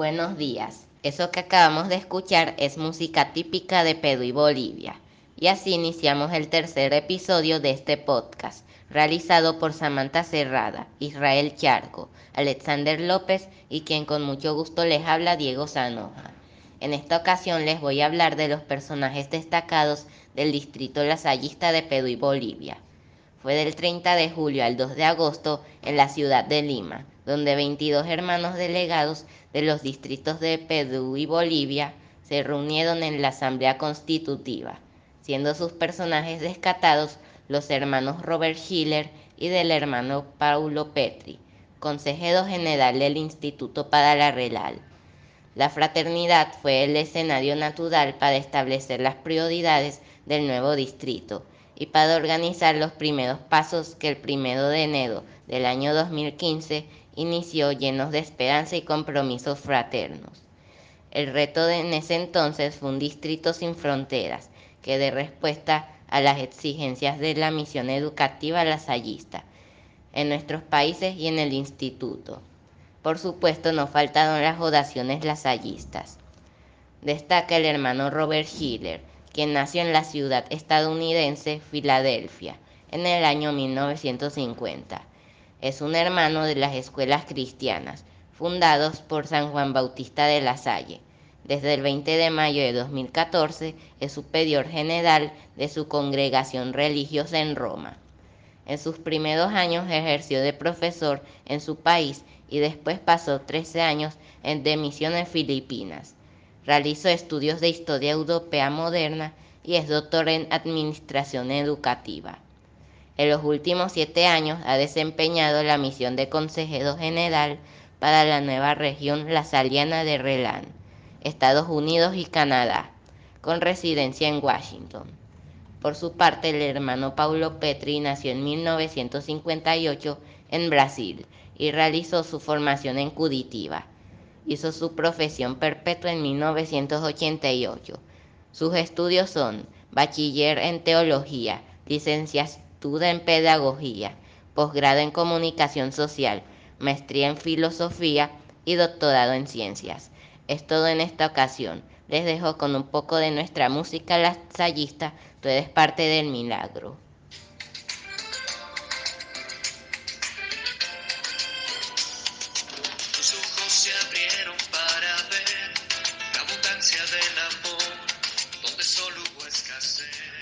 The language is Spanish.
Buenos días. Eso que acabamos de escuchar es música típica de Perú y Bolivia. Y así iniciamos el tercer episodio de este podcast, realizado por Samantha Cerrada, Israel Charco, Alexander López y quien con mucho gusto les habla, Diego Zanoja. En esta ocasión les voy a hablar de los personajes destacados del distrito lasallista de Perú y Bolivia. Fue del 30 de julio al 2 de agosto en la ciudad de Lima, donde 22 hermanos delegados de los distritos de Perú y Bolivia se reunieron en la Asamblea Constitutiva, siendo sus personajes destacados los hermanos Robert Schiller y del hermano Paulo Petri, consejero general del Instituto para la Relal. La fraternidad fue el escenario natural para establecer las prioridades del nuevo distrito y para organizar los primeros pasos que el 1 de enero del año 2015 inició llenos de esperanza y compromisos fraternos. El reto en ese entonces fue un distrito sin fronteras que dé respuesta a las exigencias de la misión educativa lasallista en nuestros países y en el instituto. Por supuesto, no faltaron las oraciones lasallistas. Destaca el hermano Robert Schiller, quien nació en la ciudad estadounidense Filadelfia en el año 1950. Es un hermano de las escuelas cristianas, fundados por San Juan Bautista de la Salle. Desde el 20 de mayo de 2014 es superior general de su congregación religiosa en Roma. En sus primeros años ejerció de profesor en su país y después pasó 13 años de misión en Filipinas. Realizó estudios de historia europea moderna y es doctor en administración educativa. En los últimos 7 años ha desempeñado la misión de consejero general para la nueva región lasaliana de Relan, Estados Unidos y Canadá, con residencia en Washington. Por su parte, el hermano Paulo Petri nació en 1958 en Brasil y realizó su formación en Curitiba. Hizo su profesión perpetua en 1988. Sus estudios son bachiller en teología, licenciatura en pedagogía, posgrado en comunicación social, maestría en filosofía y doctorado en ciencias. Es todo en esta ocasión. Les dejo con un poco de nuestra música lasallista. Tú eres parte del milagro. Tus ojos se abrieron para ver la abundancia del amor, donde solo hubo escasez.